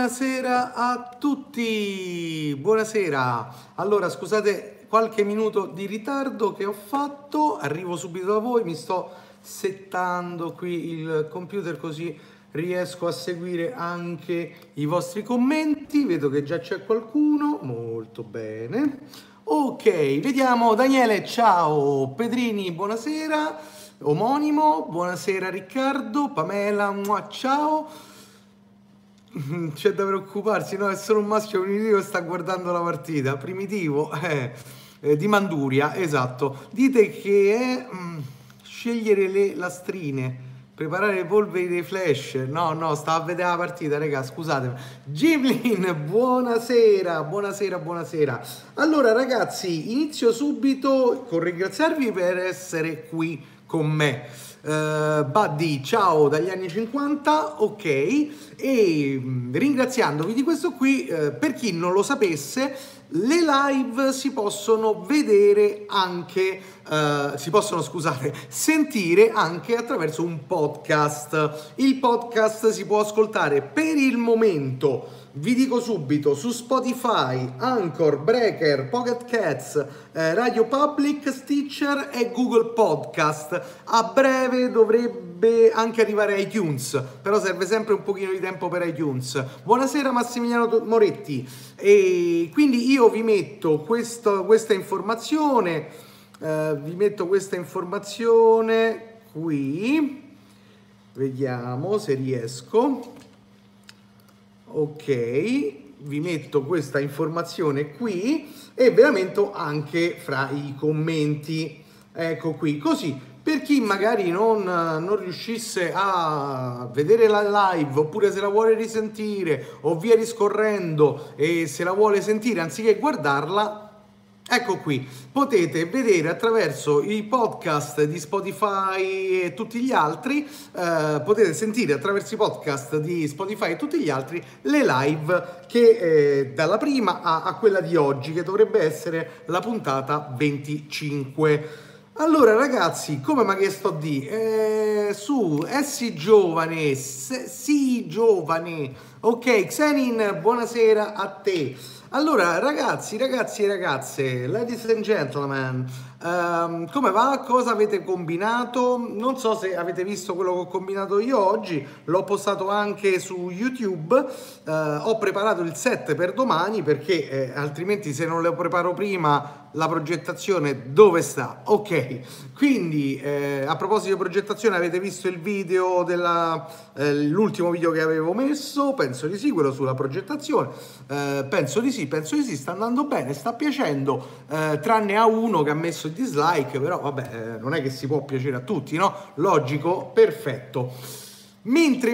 Buonasera a tutti, buonasera. Allora, scusate qualche minuto di ritardo che ho fatto, arrivo subito da voi, mi sto settando qui il computer così riesco a seguire anche i vostri commenti. Vedo che già c'è qualcuno, molto bene. Ok, vediamo. Daniele, ciao. Pedrini, buonasera. Omonimo, buonasera Riccardo. Pamela, ciao. C'è da preoccuparsi, no? È solo un maschio primitivo che sta guardando la partita. Primitivo, di Manduria, esatto. Dite che è scegliere le lastrine, preparare le polveri dei flash. No, stavo a vedere la partita, raga, scusatemi. Gimlin, buonasera, buonasera. Allora, ragazzi, inizio subito con ringraziarvi per essere qui con me. Buddy, ciao dagli anni 50, ok, e ringraziandovi di questo qui, per chi non lo sapesse, le live si possono vedere anche, sentire anche attraverso un podcast. Il podcast si può ascoltare per il momento, vi dico subito, su Spotify, Anchor, Breaker, Pocket Cats, Radio Public, Stitcher e Google Podcast. A breve dovrebbe anche arrivare a iTunes, però serve sempre un pochino di tempo per iTunes. Buonasera Massimiliano Moretti. E quindi io vi metto questa informazione, qui, vediamo se riesco. Ok, vi metto questa informazione qui e ve la metto anche fra i commenti, ecco qui, così per chi magari non riuscisse a vedere la live, oppure se la vuole risentire o via discorrendo e se la vuole sentire anziché guardarla, ecco qui, potete vedere attraverso i podcast di Spotify e tutti gli altri, potete sentire attraverso i podcast di Spotify e tutti gli altri le live che dalla prima a quella di oggi, che dovrebbe essere la puntata 25. Allora ragazzi, come ma che sto di? Sì giovane, ok, Xenin, buonasera a te. Allora ragazzi e ragazze, ladies and gentlemen, come va? Cosa avete combinato? Non so se avete visto quello che ho combinato io oggi, l'ho postato anche su YouTube. Ho preparato il set per domani perché altrimenti se non lo preparo prima la progettazione dove sta? Ok, quindi a proposito di progettazione, avete visto il video l'ultimo video che avevo messo? Penso di sì, quello sulla progettazione. Penso di sì, sta andando bene, sta piacendo, tranne a uno che ha messo il dislike, però vabbè, non è che si può piacere a tutti, no? Logico, perfetto. Mentre,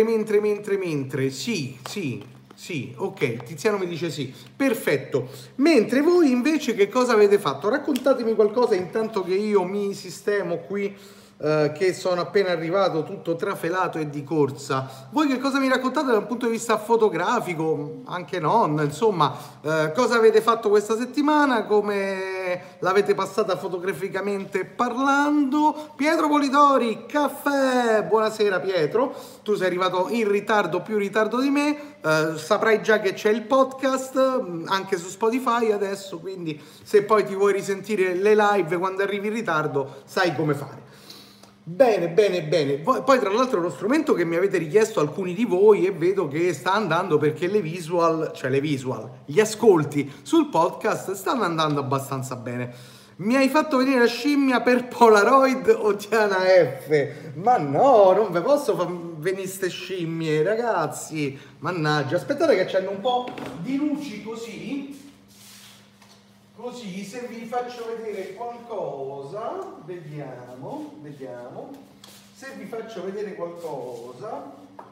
sì, ok, Tiziano mi dice sì, perfetto. Mentre voi invece che cosa avete fatto? Raccontatemi qualcosa intanto che io mi sistemo qui, che sono appena arrivato tutto trafelato e di corsa. Voi che cosa mi raccontate dal punto di vista fotografico, anche non, insomma, cosa avete fatto questa settimana, come l'avete passata fotograficamente parlando? Pietro Polidori, caffè, buonasera Pietro, tu sei arrivato in ritardo, più ritardo di me, saprai già che c'è il podcast anche su Spotify adesso, quindi se poi ti vuoi risentire le live quando arrivi in ritardo sai come fare. Bene. Poi tra l'altro è uno strumento che mi avete richiesto alcuni di voi e vedo che sta andando perché gli ascolti sul podcast stanno andando abbastanza bene. Mi hai fatto vedere la scimmia per Polaroid o Diana F? Ma no, non ve posso far venire ste scimmie, ragazzi. Mannaggia, aspettate che c'hanno un po' di luci così. Così se vi faccio vedere qualcosa, vediamo, se vi faccio vedere qualcosa,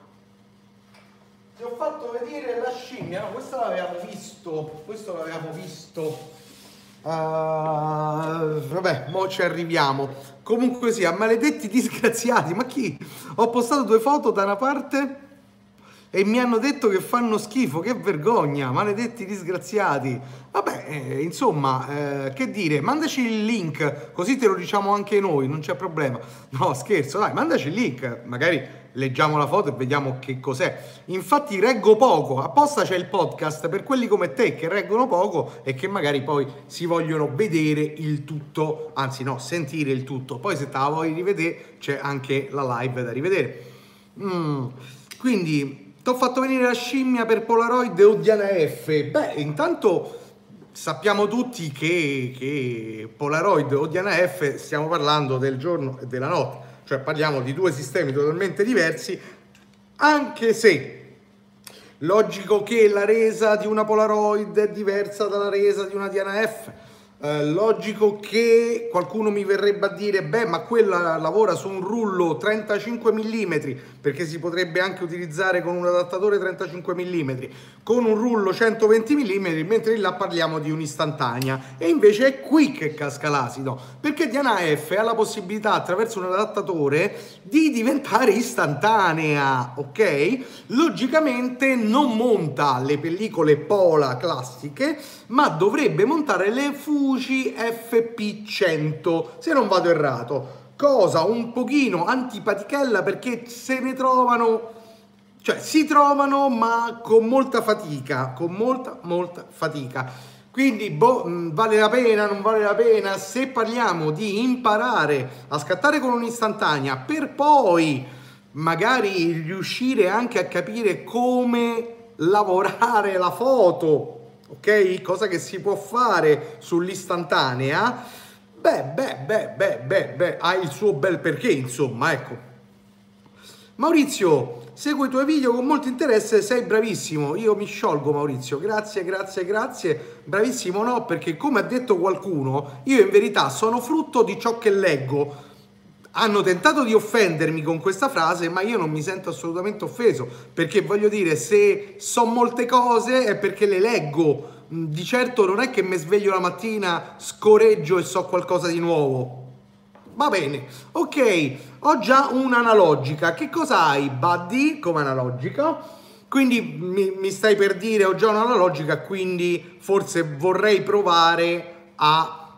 ti ho fatto vedere la scimmia, no, questo l'avevamo visto, vabbè, mo ci arriviamo, comunque sia, maledetti disgraziati, ma chi? Ho postato 2 foto da una parte e mi hanno detto che fanno schifo, che vergogna, maledetti disgraziati. Vabbè, insomma, che dire, mandaci il link, così te lo diciamo anche noi, non c'è problema. No, scherzo, dai, mandaci il link, magari leggiamo la foto e vediamo che cos'è. Infatti reggo poco, apposta c'è il podcast per quelli come te che reggono poco e che magari poi si vogliono vedere il tutto, anzi no, sentire il tutto. Poi se te la vuoi rivedere c'è anche la live da rivedere. Quindi ti ho fatto venire la scimmia per Polaroid o Diana F. Beh, intanto sappiamo tutti che Polaroid o Diana F stiamo parlando del giorno e della notte, cioè parliamo di due sistemi totalmente diversi, anche se logico che la resa di una Polaroid è diversa dalla resa di una Diana F. Logico che qualcuno mi verrebbe a dire beh, ma quella lavora su un rullo 35 mm, perché si potrebbe anche utilizzare con un adattatore 35 mm, con un rullo 120 mm, mentre là parliamo di un'istantanea. E invece è qui che casca l'asino, perché Diana F ha la possibilità attraverso un adattatore di diventare istantanea, ok? Logicamente non monta le pellicole Pola classiche, ma dovrebbe montare le Fuji FP100, se non vado errato. Cosa un pochino antipatichella, perché se ne trovano, cioè si trovano ma con molta fatica, con molta fatica. Quindi vale la pena, non vale la pena? Se parliamo di imparare a scattare con un'istantanea per poi magari riuscire anche a capire come lavorare la foto, ok? Cosa che si può fare sull'istantanea, ha il suo bel perché, insomma, ecco. Maurizio, seguo i tuoi video con molto interesse, sei bravissimo. Io mi sciolgo, Maurizio, grazie, bravissimo no, perché come ha detto qualcuno, io in verità sono frutto di ciò che leggo. Hanno tentato di offendermi con questa frase, ma io non mi sento assolutamente offeso, perché voglio dire, se so molte cose è perché le leggo. Di certo non è che mi sveglio la mattina, scoreggio e so qualcosa di nuovo. Va bene, ok, ho già un'analogica. Che cosa hai, Buddy, come analogica? Quindi mi stai per dire ho già un'analogica, quindi forse vorrei provare a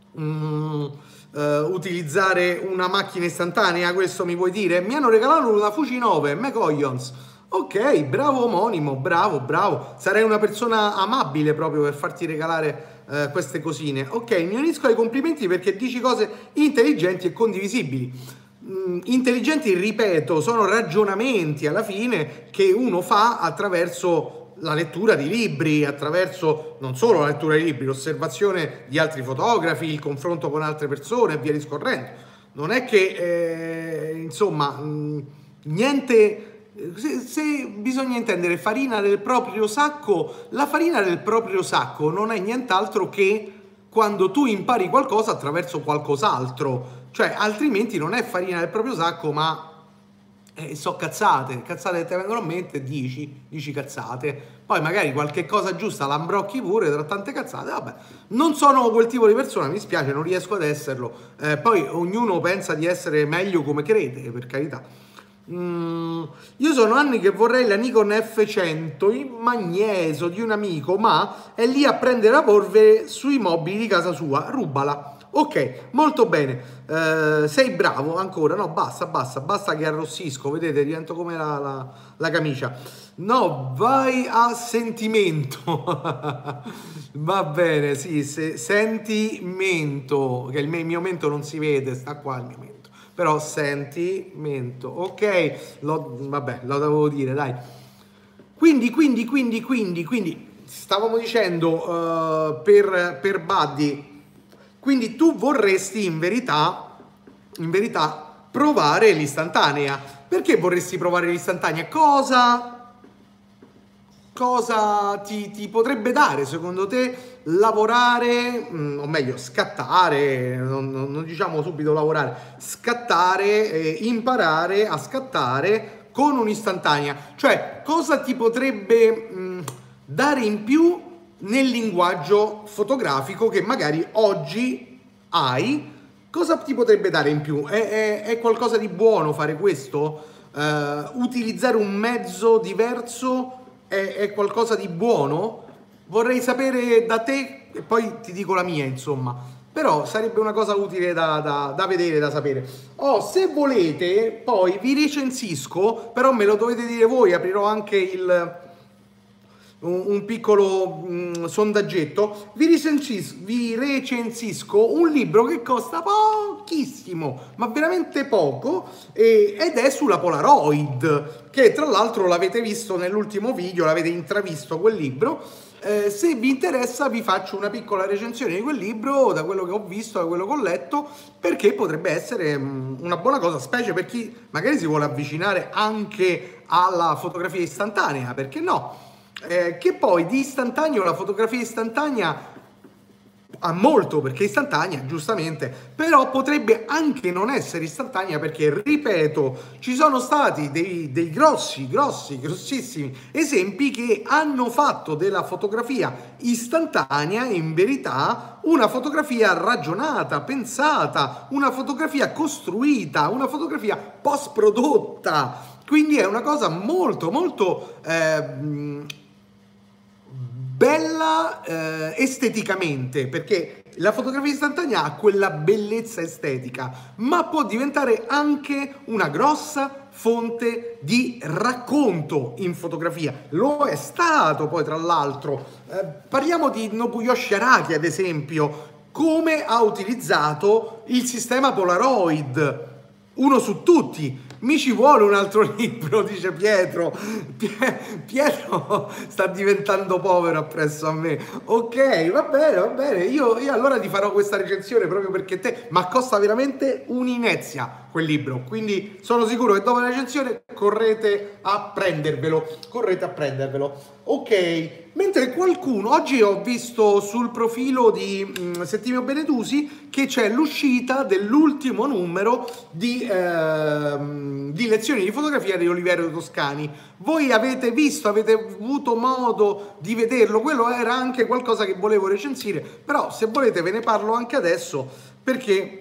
utilizzare una macchina istantanea, questo mi vuoi dire? Mi hanno regalato una Fuji 9, Mecoglions. Ok, bravo omonimo, bravo. Sarei una persona amabile proprio per farti regalare queste cosine. Ok, mi unisco ai complimenti perché dici cose intelligenti e condivisibili. Intelligenti, ripeto, sono ragionamenti alla fine che uno fa attraverso la lettura di libri, attraverso non solo la lettura di libri, l'osservazione di altri fotografi, il confronto con altre persone e via discorrendo. Non è che, insomma, niente... Se bisogna intendere farina del proprio sacco, la farina del proprio sacco non è nient'altro che quando tu impari qualcosa attraverso qualcos'altro, cioè altrimenti non è farina del proprio sacco, ma so cazzate che te vengono in mente, dici cazzate, poi magari qualche cosa giusta l'ambrocchi pure tra tante cazzate. Vabbè, non sono quel tipo di persona, mi spiace, non riesco ad esserlo, poi ognuno pensa di essere meglio come crede, per carità. Io sono anni che vorrei la Nikon F100 in magnesio di un amico, ma è lì a prendere la polvere sui mobili di casa sua, rubala. Ok, molto bene, sei bravo ancora, no basta che arrossisco, vedete, divento come la camicia. No, vai a sentimento. Va bene, sì, sentimento, che il mio mento non si vede, sta qua il mio mento. Però sentimento, ok, lo devo dire, dai. Quindi, stavamo dicendo per Buddy, quindi tu vorresti in verità provare l'istantanea. Perché vorresti provare l'istantanea? Cosa ti potrebbe dare secondo te lavorare, o meglio scattare, non diciamo subito lavorare, scattare, imparare a scattare con un'istantanea? Cioè, cosa ti potrebbe dare in più nel linguaggio fotografico che magari oggi hai? Cosa ti potrebbe dare in più? È qualcosa di buono fare questo? utilizzare un mezzo diverso è qualcosa di buono? Vorrei sapere da te e poi ti dico la mia, insomma. Però sarebbe una cosa utile da vedere, da sapere. Oh, se volete, poi vi recensisco, però me lo dovete dire voi, aprirò anche un piccolo sondaggetto. Vi recensisco un libro che costa pochissimo, ma veramente poco, ed è sulla Polaroid, che tra l'altro l'avete visto nell'ultimo video, l'avete intravisto quel libro. Se vi interessa vi faccio una piccola recensione di quel libro, da quello che ho visto, da quello che ho letto, perché potrebbe essere una buona cosa, specie per chi magari si vuole avvicinare anche alla fotografia istantanea, perché no? Che poi di istantaneo, la fotografia istantanea ha molto, perché è istantanea, giustamente, però potrebbe anche non essere istantanea, perché, ripeto, ci sono stati dei grossissimi esempi che hanno fatto della fotografia istantanea, in verità, una fotografia ragionata, pensata, una fotografia costruita, una fotografia post-prodotta. Quindi è una cosa molto, molto bella esteticamente, perché la fotografia istantanea ha quella bellezza estetica, ma può diventare anche una grossa fonte di racconto in fotografia. Lo è stato poi, tra l'altro. Parliamo di Nobuyoshi Araki, ad esempio, come ha utilizzato il sistema Polaroid, uno su tutti. Mi ci vuole un altro libro, dice Pietro. Pietro sta diventando povero appresso a me. Ok, va bene, va bene. Io allora ti farò questa recensione proprio perché te, ma costa veramente un'inezia quel libro. Quindi sono sicuro che dopo la recensione correte a prendervelo. Correte a prendervelo. Ok, mentre qualcuno, oggi ho visto sul profilo di Settimio Benedusi che c'è l'uscita dell'ultimo numero di lezioni di fotografia di Oliviero Toscani. Voi avete visto, avete avuto modo di vederlo? Quello era anche qualcosa che volevo recensire, però se volete ve ne parlo anche adesso, perché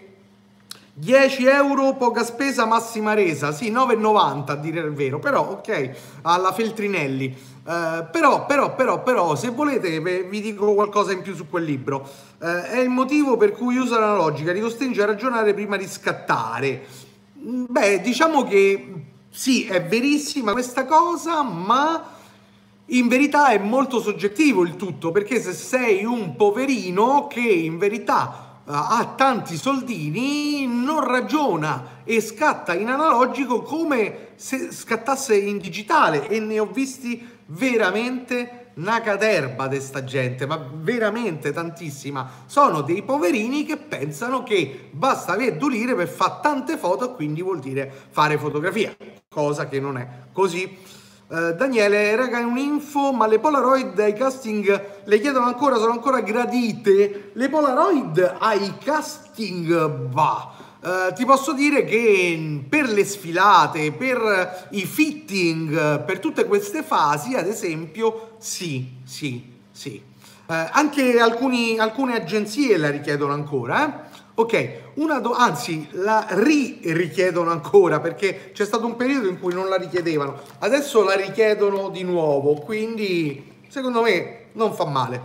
10 euro, poca spesa, massima resa. Sì, 9,90 a dire il vero, però ok, alla Feltrinelli. Però, se volete vi dico qualcosa in più su quel libro. È il motivo per cui uso la logica, ti costringe a ragionare prima di scattare. Beh, diciamo che sì, è verissima questa cosa, ma in verità è molto soggettivo il tutto, perché se sei un poverino che in verità ha tanti soldini, non ragiona e scatta in analogico come se scattasse in digitale, e ne ho visti veramente una caterba di sta gente, ma veramente tantissima. Sono dei poverini che pensano che basta avere 2 lire per fare tante foto e quindi vuol dire fare fotografia, cosa che non è così. Daniele, raga, è un'info, ma le Polaroid ai casting le chiedono ancora, sono ancora gradite? Le Polaroid ai casting, va. Ti posso dire che per le sfilate, per i fitting, per tutte queste fasi, ad esempio, sì. Anche alcune agenzie la richiedono ancora, Ok, anzi la richiedono ancora, perché c'è stato un periodo in cui non la richiedevano, adesso la richiedono di nuovo, quindi secondo me non fa male.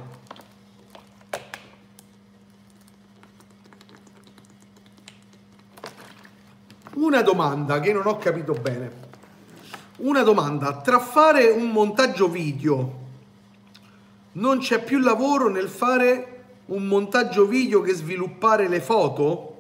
Una domanda che non ho capito bene. Una domanda, tra fare un montaggio video non c'è più lavoro nel fare un montaggio video che sviluppare le foto?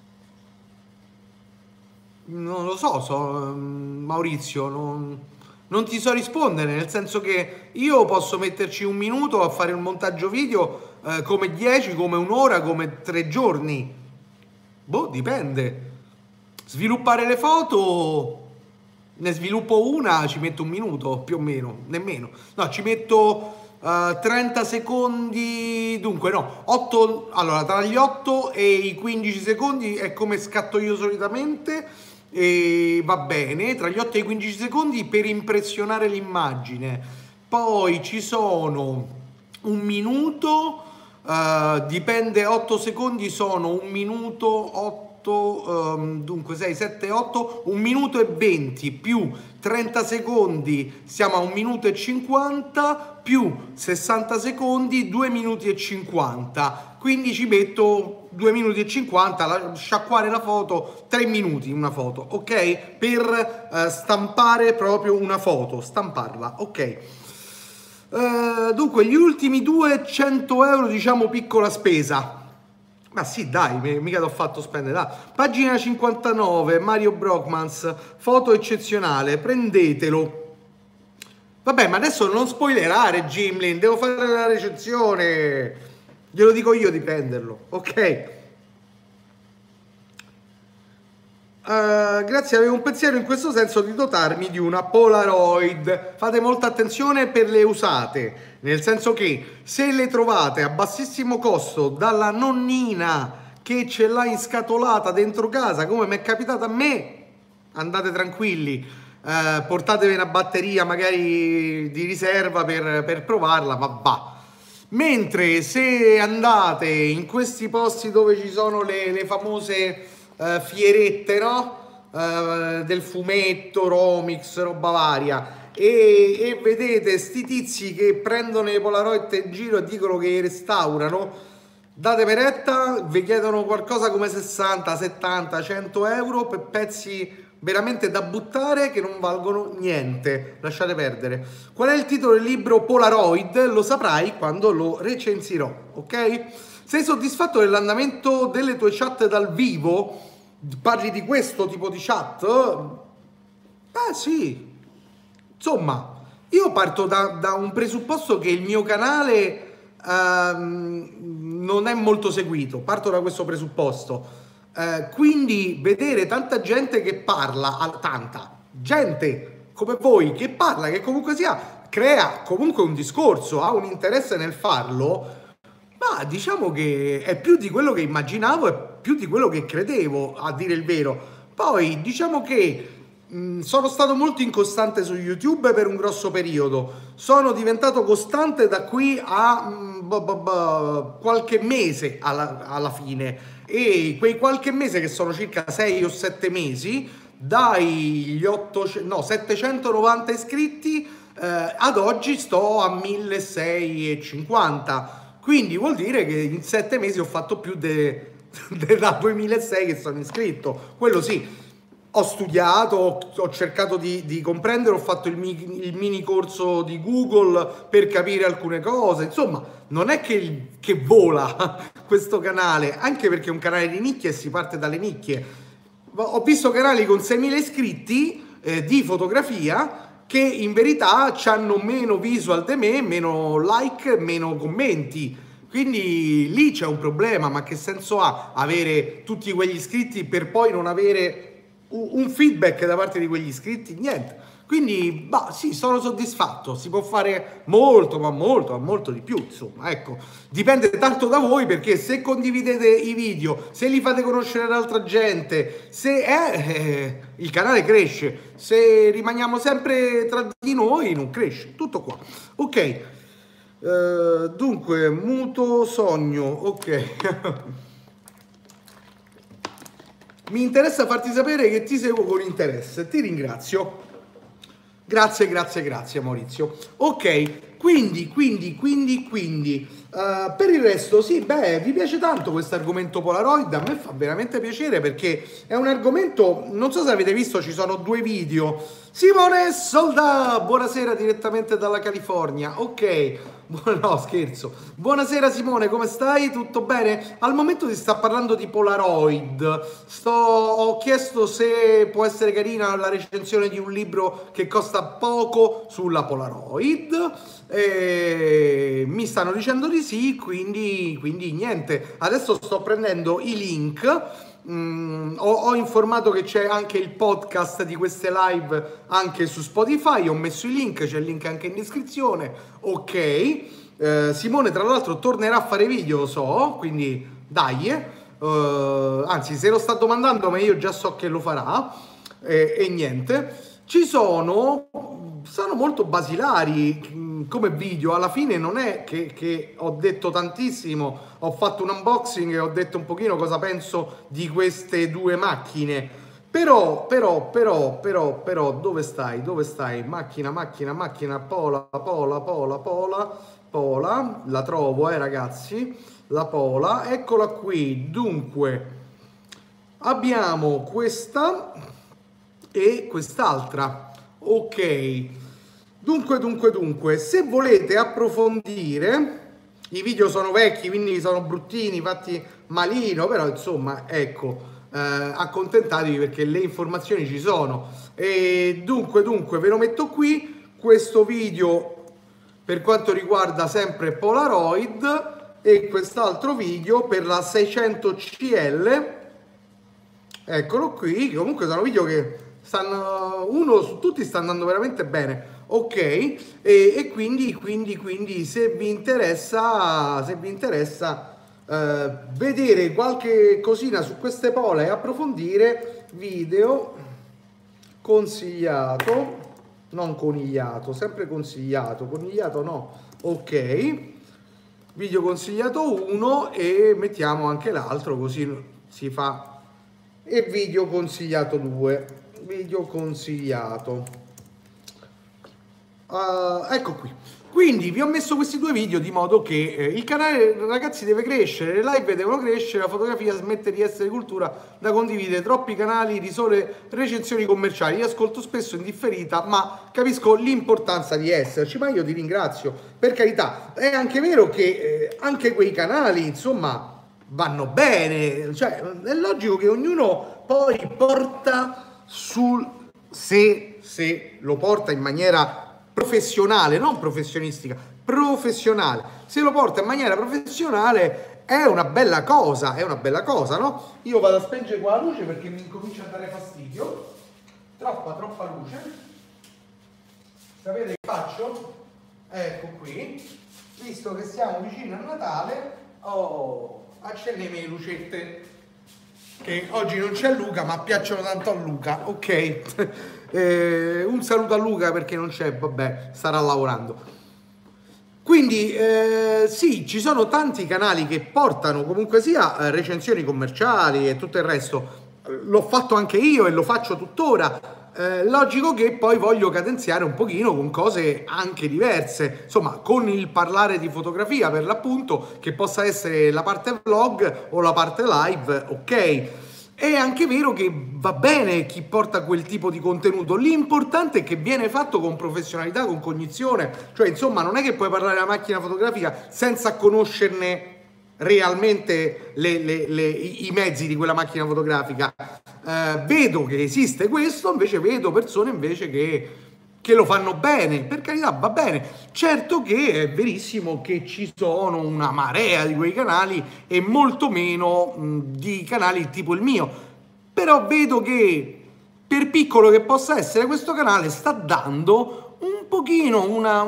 Non lo so, Maurizio, non ti so rispondere, nel senso che io posso metterci 1 minuto a fare un montaggio video, come 10, come 1 ora, come 3 giorni. Boh, dipende. Sviluppare le foto, ne sviluppo una, ci metto 1 minuto, più o meno, nemmeno. No, ci metto 30 secondi, dunque no, 8, allora tra gli 8 e i 15 secondi è come scatto io solitamente, e va bene, tra gli 8 e i 15 secondi per impressionare l'immagine. Poi ci sono 1 minuto, dipende, 8 secondi sono 1 minuto, 8, 8, dunque 6, 7, 8, 1 minuto e 20 più 30 secondi, siamo a 1 minuto e 50 più 60 secondi, 2 minuti e 50. Quindi ci metto 2 minuti e 50, sciacquare la foto, 3 minuti una foto, ok? Per stampare proprio una foto, stamparla, ok? Dunque, gli ultimi 200 euro, diciamo piccola spesa. Ma sì, dai, mica t'ho fatto spendere. Dai. Pagina 59, Mario Brockmans, foto eccezionale, prendetelo. Vabbè, ma adesso non spoilerare, Gimlin, devo fare la recensione. Glielo dico io di prenderlo, ok? Grazie, avevo un pensiero in questo senso di dotarmi di una Polaroid. Fate molta attenzione per le usate, nel senso che se le trovate a bassissimo costo dalla nonnina che ce l'ha inscatolata dentro casa, come mi è capitato a me, andate tranquilli, portatevi una batteria magari di riserva per provarla, ma va. Mentre se andate in questi posti dove ci sono le famose fierette, no? Del fumetto, Romix, roba varia, e vedete sti tizi che prendono le Polaroid in giro e dicono che restaurano, date per retta, vi chiedono qualcosa come 60, 70, 100 euro per pezzi veramente da buttare che non valgono niente, lasciate perdere. Qual è il titolo del libro Polaroid? Lo saprai quando lo recensirò, ok? Sei soddisfatto dell'andamento delle tue chat dal vivo? Parli di questo tipo di chat? Sì, insomma, io parto da un presupposto che il mio canale non è molto seguito, parto da questo presupposto. Quindi vedere tanta gente che parla, tanta gente come voi che parla, che comunque sia, crea comunque un discorso, ha un interesse nel farlo, ma diciamo che è più di quello che immaginavo e più di quello che credevo, a dire il vero. Poi diciamo che sono stato molto incostante su YouTube per un grosso periodo, sono diventato costante da qui a qualche mese alla fine, e quei qualche mese che sono circa 6 o 7 mesi, dai 790 iscritti ad oggi sto a 1650. Quindi vuol dire che in 7 mesi ho fatto più da 2006 che sono iscritto. Quello sì, ho studiato, ho cercato di comprendere, ho fatto il mini corso di Google per capire alcune cose. Insomma, non è che vola questo canale, anche perché è un canale di nicchie e si parte dalle nicchie. Ho visto canali con 6.000 iscritti di fotografia che in verità hanno meno visual di me, meno like, meno commenti. Quindi lì c'è un problema, ma che senso ha avere tutti quegli iscritti per poi non avere un feedback da parte di quegli iscritti? Niente. Quindi, sì, sono soddisfatto, si può fare molto, ma molto di più, insomma, ecco. Dipende tanto da voi, perché se condividete i video, se li fate conoscere ad altra gente, se il canale cresce, se rimaniamo sempre tra di noi non cresce, tutto qua. Ok, dunque, muto sogno, ok. Mi interessa farti sapere che ti seguo con interesse, ti ringrazio. Grazie Maurizio. Ok, quindi per il resto sì, vi piace tanto questo argomento Polaroid? A me fa veramente piacere, perché è un argomento, non so se avete visto, ci sono 2 video. Simone Solda, buonasera direttamente dalla California. Ok, no scherzo. Buonasera Simone, come stai? Tutto bene? Al momento si sta parlando di Polaroid. Ho chiesto se può essere carina la recensione di un libro che costa poco sulla Polaroid. Mi stanno dicendo di sì, quindi niente. Adesso sto prendendo i link. Ho informato che c'è anche il podcast di queste live anche su Spotify, ho messo i link, c'è il link anche in descrizione. Ok, Simone tra l'altro tornerà a fare video, lo so, quindi dai, anzi se lo sta domandando, ma io già so che lo farà, e niente, sono molto basilari. come video alla fine non è che ho detto tantissimo, ho fatto un unboxing e ho detto un pochino cosa penso di queste due macchine. Però, dove stai? Dove stai? Macchina, Pola, la trovo, ragazzi, la Pola, eccola qui. Dunque, abbiamo questa e quest'altra, ok. Dunque, se volete approfondire, i video sono vecchi, quindi sono bruttini, fatti malino, però insomma, ecco, accontentatevi perché le informazioni ci sono. E dunque, ve lo metto qui, questo video per quanto riguarda sempre Polaroid e quest'altro video per la 600 CL. Eccolo qui, comunque sono video che stanno, uno su tutti sta andando veramente bene, ok, e quindi se vi interessa vedere qualche cosina su queste Pola e approfondire, video consigliato, non conigliato, sempre consigliato, conigliato no, ok, video consigliato 1 e mettiamo anche l'altro così si fa. E video consigliato 2, video consigliato, ecco qui. Quindi vi ho messo questi due video di modo che il canale, ragazzi, deve crescere, le live devono crescere, la fotografia smette di essere cultura da condividere, troppi canali di sole recensioni commerciali. Io ascolto spesso in differita, ma capisco l'importanza di esserci, ma io ti ringrazio, per carità. È anche vero che anche quei canali, insomma, vanno bene, cioè è logico che ognuno poi porta se lo porta in maniera professionale, non professionistica, professionale, se lo porta in maniera professionale è una bella cosa, no? Io vado a spengere qua la luce perché mi comincia a dare fastidio, troppa luce. Sapete che faccio? Ecco qui, visto che siamo vicino a Natale, accendiamo le lucette, che oggi non c'è Luca ma piacciono tanto a Luca, ok. Un saluto a Luca perché non c'è, vabbè, starà lavorando. Quindi sì, ci sono tanti canali che portano comunque sia recensioni commerciali e tutto il resto, l'ho fatto anche io e lo faccio tuttora. Logico che poi voglio cadenziare un pochino con cose anche diverse, insomma con il parlare di fotografia per l'appunto, che possa essere la parte vlog o la parte live, ok. È anche vero che va bene chi porta quel tipo di contenuto, l'importante è che viene fatto con professionalità, con cognizione, cioè insomma non è che puoi parlare della macchina fotografica senza conoscerne realmente i mezzi di quella macchina fotografica. Vedo che esiste questo, invece vedo persone invece che lo fanno bene, per carità, va bene. Certo che è verissimo che ci sono una marea di quei canali e molto meno di canali tipo il mio, però vedo che per piccolo che possa essere questo canale sta dando un pochino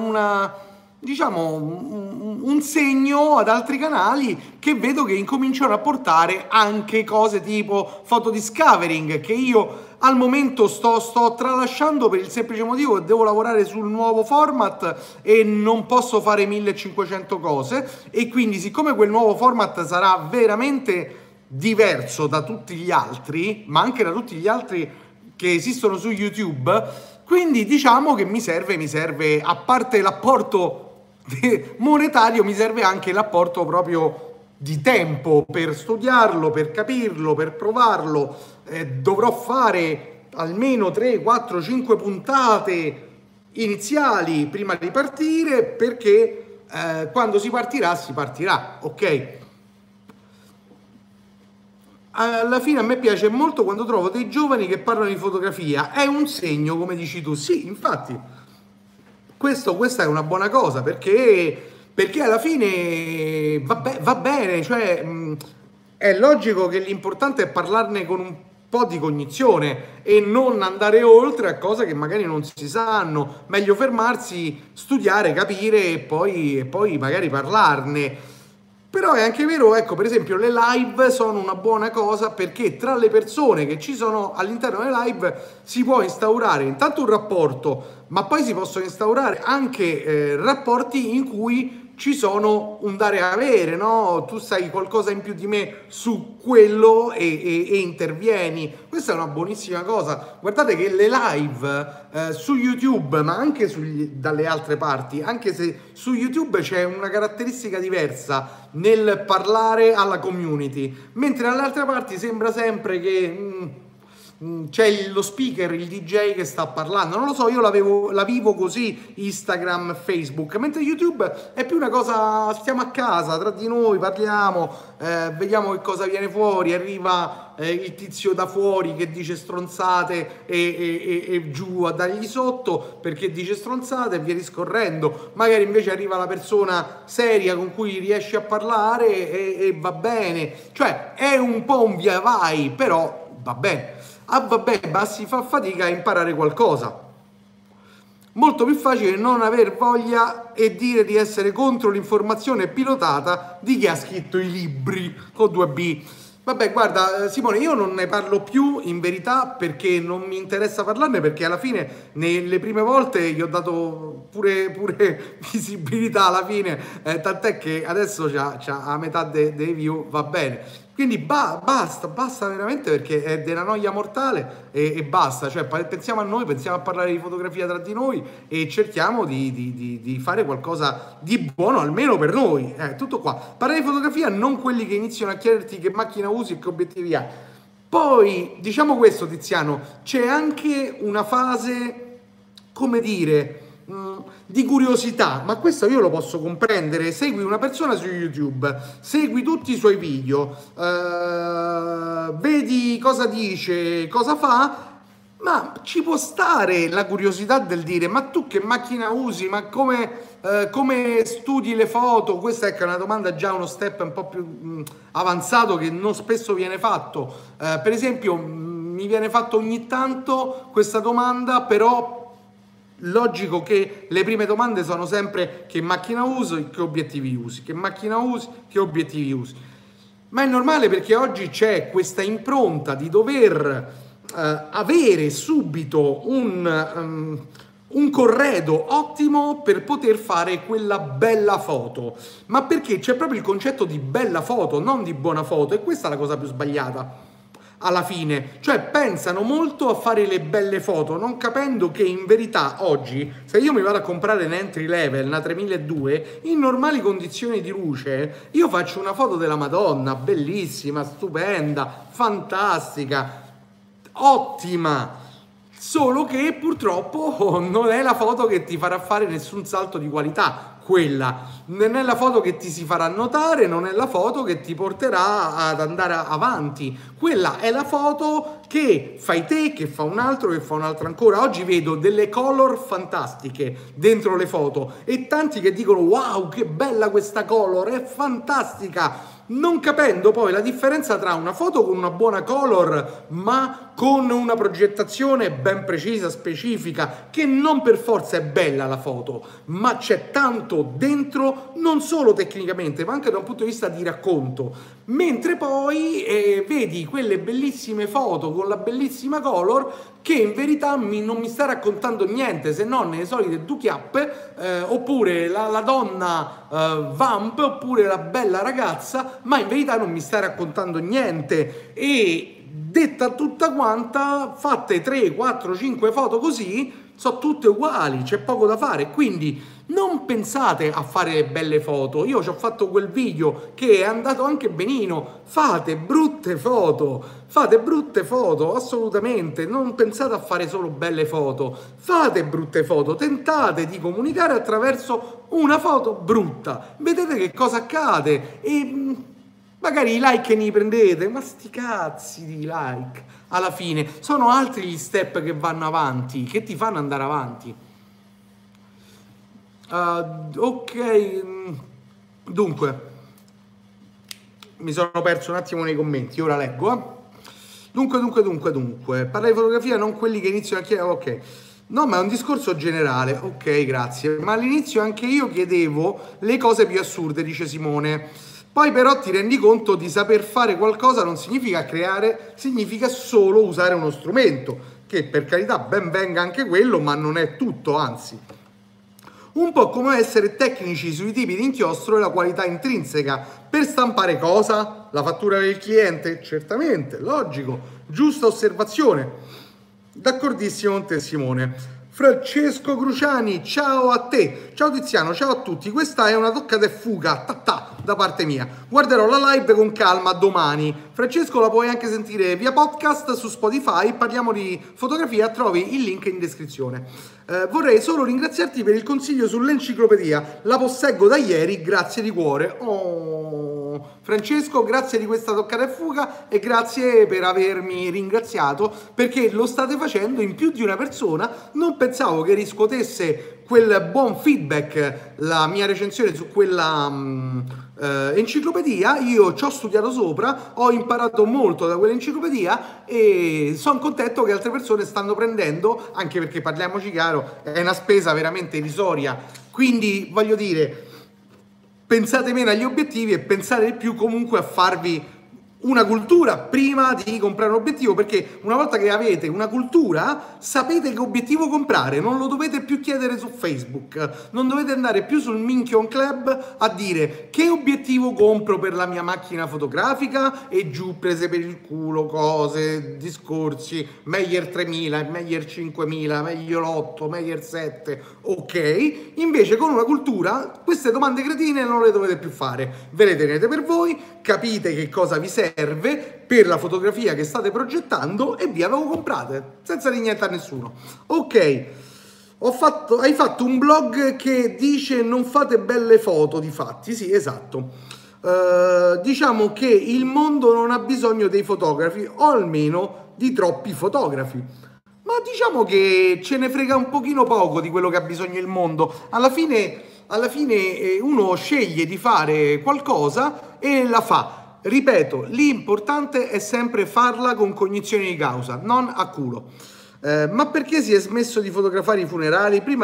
diciamo un segno ad altri canali che vedo che incominciano a portare anche cose tipo photodiscovering, che io al momento sto tralasciando per il semplice motivo che devo lavorare sul nuovo format e non posso fare 1500 cose, e quindi siccome quel nuovo format sarà veramente diverso da tutti gli altri, ma anche da tutti gli altri che esistono su YouTube, quindi diciamo che mi serve a parte l'apporto monetario, mi serve anche l'apporto proprio di tempo per studiarlo, per capirlo, per provarlo. Dovrò fare almeno 3, 4, 5 puntate iniziali prima di partire, perché quando si partirà, ok? Alla fine a me piace molto quando trovo dei giovani che parlano di fotografia, è un segno, come dici tu. Sì, infatti questa è una buona cosa, perché alla fine va bene, cioè è logico che l'importante è parlarne con un po' di cognizione e non andare oltre a cose che magari non si sanno. Meglio fermarsi, studiare, capire e poi magari parlarne. Però è anche vero, ecco, per esempio le live sono una buona cosa perché tra le persone che ci sono all'interno delle live si può instaurare intanto un rapporto, ma poi si possono instaurare anche rapporti in cui ci sono un dare e avere, no? Tu sai qualcosa in più di me su quello e intervieni. Questa è una buonissima cosa. Guardate che le live su YouTube, ma anche dalle altre parti, anche se su YouTube c'è una caratteristica diversa nel parlare alla community, mentre dalle altre parti sembra sempre che c'è lo speaker, il DJ che sta parlando. Non lo so, io la vivo così Instagram, Facebook, mentre YouTube è più una cosa, stiamo a casa tra di noi, parliamo, vediamo che cosa viene fuori, arriva il tizio da fuori che dice stronzate e giù a dargli sotto perché dice stronzate e via discorrendo. Magari invece arriva la persona seria con cui riesci a parlare e va bene, cioè è un po' un via vai, però va bene. Ah vabbè, ma si fa fatica a imparare qualcosa. Molto più facile non aver voglia e dire di essere contro l'informazione pilotata di chi ha scritto i libri con 2B. Vabbè, guarda Simone, io non ne parlo più in verità perché non mi interessa parlarne, perché alla fine nelle prime volte gli ho dato pure visibilità alla fine, tant'è che adesso c'ha a metà dei view, va bene. Quindi basta veramente, perché è della noia mortale e basta, cioè pensiamo a noi, pensiamo a parlare di fotografia tra di noi e cerchiamo di fare qualcosa di buono almeno per noi, tutto qua. Parlare di fotografia, non quelli che iniziano a chiederti che macchina usi e che obiettivi hai. Poi, diciamo questo Tiziano, c'è anche una fase, come dire, di curiosità, ma questo io lo posso comprendere. Segui una persona su YouTube, segui tutti i suoi video, vedi cosa dice, cosa fa, ma ci può stare la curiosità del dire: ma tu che macchina usi, ma come studi le foto? Questa è una domanda, già uno step un po' più avanzato, che non spesso viene fatto. Per esempio mi viene fatto ogni tanto questa domanda, però logico che le prime domande sono sempre: che macchina usi, che obiettivi usi, che macchina usi, che obiettivi usi. Ma è normale, perché oggi c'è questa impronta di dover avere subito un corredo ottimo per poter fare quella bella foto. Ma perché c'è proprio il concetto di bella foto, non di buona foto, e questa è la cosa più sbagliata alla fine. Cioè pensano molto a fare le belle foto, non capendo che in verità oggi, se io mi vado a comprare un entry level, una 3200, in normali condizioni di luce, io faccio una foto della Madonna, bellissima, stupenda, fantastica, ottima. Solo che purtroppo non è la foto che ti farà fare nessun salto di qualità, quella non è la foto che ti si farà notare, non è la foto che ti porterà ad andare avanti. Quella è la foto che fai te, che fa un altro, che fa un altro ancora. Oggi vedo delle color fantastiche dentro le foto e tanti che dicono: wow, che bella questa color, è fantastica, non capendo poi la differenza tra una foto con una buona color ma con una progettazione ben precisa, specifica, che non per forza è bella la foto, ma c'è tanto dentro, non solo tecnicamente ma anche da un punto di vista di racconto. Mentre poi vedi quelle bellissime foto con la bellissima color che in verità non mi sta raccontando niente, se non le solite duchiappe, oppure la donna vamp, oppure la bella ragazza, ma in verità non mi sta raccontando niente. E detta tutta quanta, fatte 3, 4, 5 foto così, sono tutte uguali, c'è poco da fare. Quindi non pensate a fare le belle foto. Io ci ho fatto quel video che è andato anche benino. Fate brutte foto, assolutamente. Non pensate a fare solo belle foto, fate brutte foto, tentate di comunicare attraverso una foto brutta, vedete che cosa accade e magari i like che ne prendete, ma sti cazzi di like, alla fine sono altri gli step che vanno avanti, che ti fanno andare avanti. Ok, dunque mi sono perso un attimo nei commenti, ora leggo. Dunque, parlare di fotografia, non quelli che iniziano a chiedere, ok. No, ma è un discorso generale, ok, grazie. Ma all'inizio anche io chiedevo le cose più assurde, dice Simone. Poi però ti rendi conto di saper fare qualcosa non significa creare, significa solo usare uno strumento, che per carità ben venga anche quello, ma non è tutto, anzi. Un po' come essere tecnici sui tipi di inchiostro e la qualità intrinseca. Per stampare cosa? La fattura del cliente? Certamente, logico, giusta osservazione. D'accordissimo con te, Simone. Francesco Cruciani, ciao a te. Ciao Tiziano, ciao a tutti. Questa è una toccata e fuga, da parte mia. Guarderò la live con calma domani. Francesco, la puoi anche sentire via podcast su Spotify. Parliamo di fotografia, trovi il link in descrizione. Vorrei solo ringraziarti per il consiglio sull'enciclopedia. La posseggo da ieri, grazie di cuore. Oh, Francesco, grazie di questa toccata e fuga e grazie per avermi ringraziato, perché lo state facendo in più di una persona. Non pensavo che riscuotesse quel buon feedback la mia recensione su quella enciclopedia. Io ci ho studiato sopra, ho imparato molto da quell'enciclopedia e sono contento che altre persone stanno prendendo, anche perché, parliamoci chiaro, è una spesa veramente irrisoria, quindi voglio dire, pensate meno agli obiettivi e pensate di più comunque a farvi una cultura prima di comprare un obiettivo, perché una volta che avete una cultura sapete che obiettivo comprare, non lo dovete più chiedere su Facebook, non dovete andare più sul Minchion Club a dire che obiettivo compro per la mia macchina fotografica e giù prese per il culo cose, discorsi, Meyer 3000, Meyer 5000, Meyer 8, Meyer 7, ok? Invece con una cultura queste domande cretine non le dovete più fare, ve le tenete per voi, capite che cosa vi serve per la fotografia che state progettando e via, ve lo comprate senza dire niente a nessuno. Ok, hai fatto un blog che dice non fate belle foto, di fatti, sì, esatto. Diciamo che il mondo non ha bisogno dei fotografi, o almeno di troppi fotografi. Ma diciamo che ce ne frega un pochino poco di quello che ha bisogno il mondo. Alla fine uno sceglie di fare qualcosa e la fa. Ripeto, l'importante è sempre farla con cognizione di causa, non a culo. Ma perché si è smesso di fotografare i funerali? Prima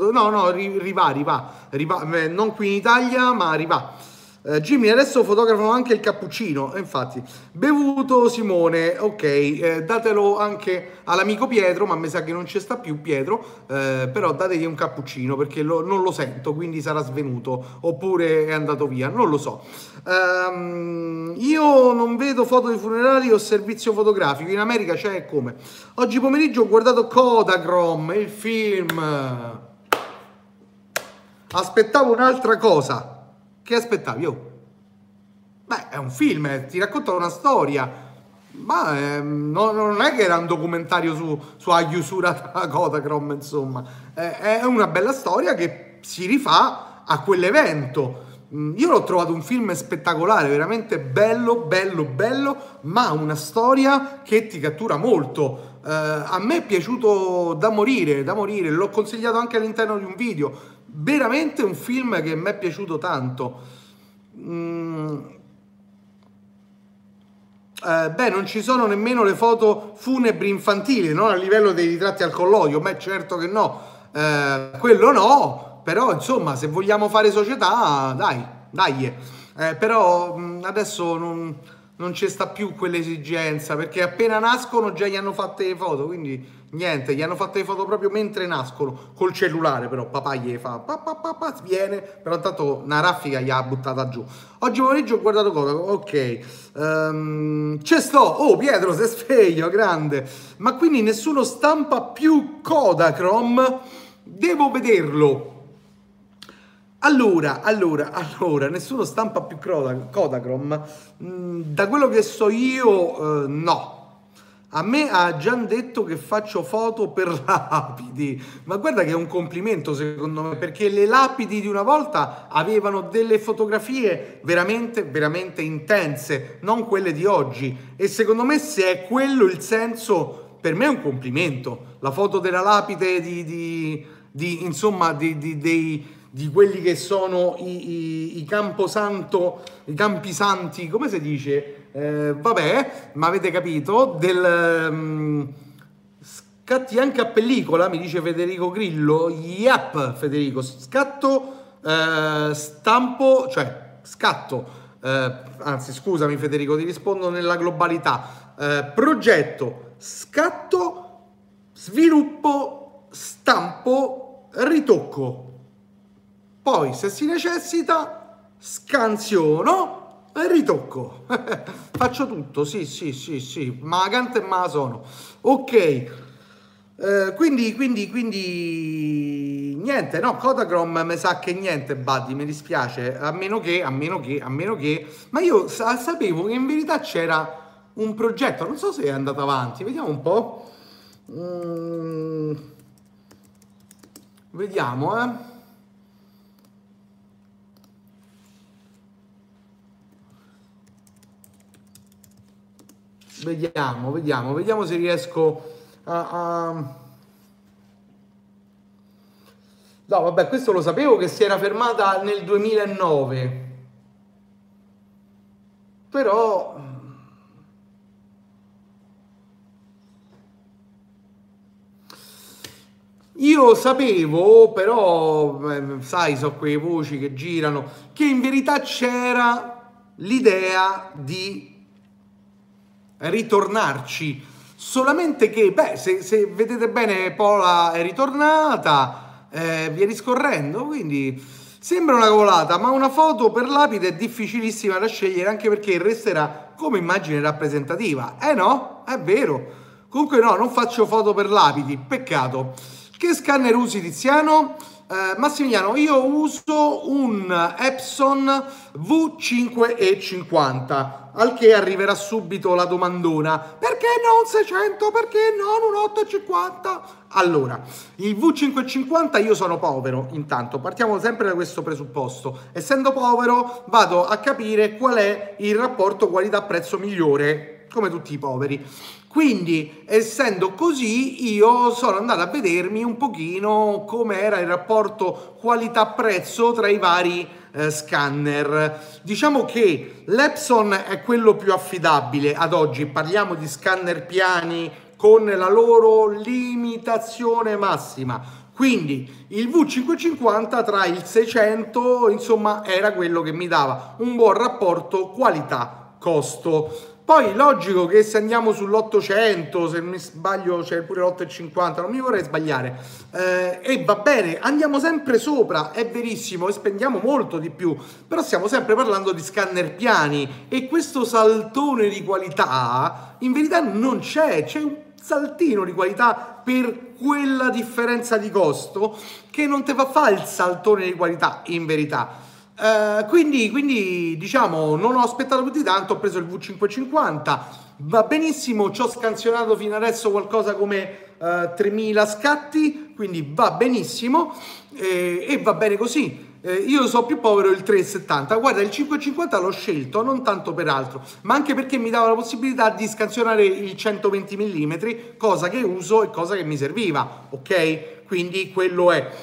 riva, non qui in Italia, ma riva. Jimmy, adesso fotografano anche il cappuccino, infatti. Bevuto Simone, ok, datelo anche all'amico Pietro, ma mi sa che non ci sta più Pietro, però dategli un cappuccino perché non lo sento, quindi sarà svenuto, oppure è andato via, non lo so. Io non vedo foto di funerali o servizio fotografico, in America c'è come. Oggi pomeriggio ho guardato Kodachrome, il film. Aspettavo un'altra cosa. Che aspettavi? Oh? Beh, è un film, ti racconta una storia, ma non è che era un documentario su a chiusura Kodachrome, insomma. È una bella storia che si rifà a quell'evento. Io l'ho trovato un film spettacolare, veramente bello, ma una storia che ti cattura molto. A me è piaciuto da morire, l'ho consigliato anche all'interno di un video. Veramente un film che mi è piaciuto tanto. Beh, non ci sono nemmeno le foto funebri infantili, non a livello dei ritratti al colloquio. Beh, certo che no, quello no, però insomma, se vogliamo fare società, dai. Però adesso non ci sta più quell'esigenza, perché appena nascono già gli hanno fatte le foto, quindi niente, gli hanno fatte le foto proprio mentre nascono, col cellulare, però papà gli fa, viene, però intanto una raffica gli ha buttata giù. Oggi pomeriggio ho guardato cosa, ok, c'è sto, oh Pietro sei sveglio, grande, ma quindi nessuno stampa più Kodachrome, devo vederlo. Allora, nessuno stampa più Kodachrome, da quello che so io, no. A me ha già detto che faccio foto per lapidi, ma guarda che è un complimento secondo me, perché le lapidi di una volta avevano delle fotografie veramente intense, non quelle di oggi, e secondo me se è quello il senso, per me è un complimento. La foto della lapide di quelli che sono i camposanto, i campisanti, come si dice? Vabbè, ma avete capito, scatti anche a pellicola, mi dice Federico Grillo. Yep, Federico, scatto, stampo, cioè scatto anzi scusami Federico, ti rispondo nella globalità. Progetto, scatto, sviluppo, stampo, ritocco. Poi se si necessita scansiono e ritocco. Faccio tutto, sì, ma canta e ma sono. Ok. Quindi niente, no, Kodachrome mi sa che niente, Buddy, mi dispiace, a meno che, ma io sapevo che in verità c'era un progetto, non so se è andato avanti, vediamo un po'. Vediamo, Vediamo se riesco no, vabbè, questo lo sapevo che si era fermata nel 2009. Però io sapevo, però sai, so quelle voci che girano, che in verità c'era l'idea di ritornarci. Solamente che, beh, se vedete bene, Pola è ritornata, via discorrendo, quindi sembra una cavolata, ma una foto per lapide è difficilissima da scegliere, anche perché resterà come immagine rappresentativa. No? È vero. Comunque no, non faccio foto per lapidi, peccato. Che scanner usi, Tiziano? Massimiliano, io uso un Epson V550, al che arriverà subito la domandona: perché non 600? Perché non un 850? Allora, il V550, io sono povero, intanto partiamo sempre da questo presupposto. Essendo povero vado a capire qual è il rapporto qualità-prezzo migliore, come tutti i poveri. Quindi, essendo così, io sono andato a vedermi un pochino come era il rapporto qualità-prezzo tra i vari scanner. Diciamo che l'Epson è quello più affidabile ad oggi, parliamo di scanner piani con la loro limitazione massima. Quindi il V550 tra il 600, insomma, era quello che mi dava un buon rapporto qualità-costo. Poi logico che se andiamo sull'800, se mi sbaglio c'è pure l'850, non mi vorrei sbagliare, e va bene, andiamo sempre sopra, è verissimo, e spendiamo molto di più, però stiamo sempre parlando di scanner piani, e questo saltone di qualità in verità non c'è un saltino di qualità per quella differenza di costo che non te fa fare il saltone di qualità in verità. Quindi diciamo non ho aspettato più di tanto, ho preso il V550, va benissimo, ci ho scansionato fino adesso qualcosa come 3000 scatti, quindi va benissimo, e va bene così. Io so più povero il 3,70. Guarda, il 5,50 l'ho scelto non tanto per altro, ma anche perché mi dava la possibilità di scansionare il 120 mm, cosa che uso e cosa che mi serviva, ok? Quindi quello è.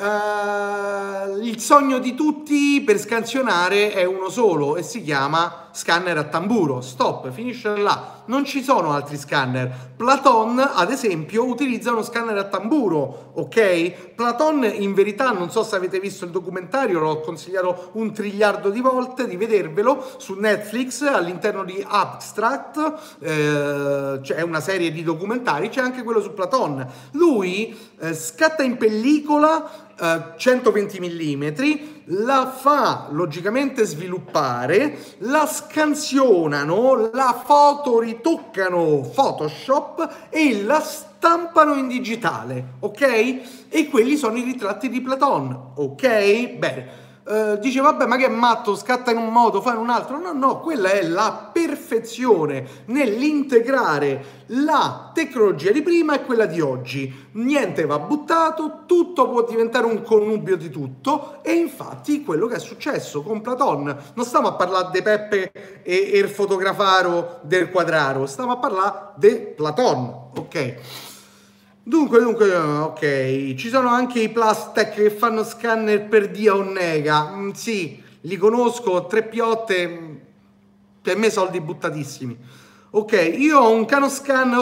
Il sogno di tutti per scansionare è uno solo e si chiama scanner a tamburo. Stop, finisce là. Non ci sono altri scanner. Platon, ad esempio, utilizza uno scanner a tamburo, ok? Platon, in verità, non so se avete visto il documentario, l'ho consigliato 1 triliardo di volte di vedervelo su Netflix all'interno di Abstract, c'è una serie di documentari, c'è anche quello su Platon. Lui scatta in pellicola 120 mm, la fa logicamente sviluppare, la scansionano, la fotoritoccano Photoshop e la stampano in digitale, ok? E quelli sono i ritratti di Platon, ok? Bene. Dice vabbè, ma che è matto, scatta in un modo, fa in un altro. No, quella è la perfezione nell'integrare la tecnologia di prima e quella di oggi. Niente va buttato, tutto può diventare un connubio di tutto, e infatti quello che è successo con Platon. Non stiamo a parlare di Peppe e il fotografaro del Quadraro, stiamo a parlare di Platon, ok? Dunque, ok, ci sono anche i Plastech che fanno scanner per Dia o Nega, sì, li conosco, 3 piotte, per me soldi buttatissimi. Ok, io ho un Canoscan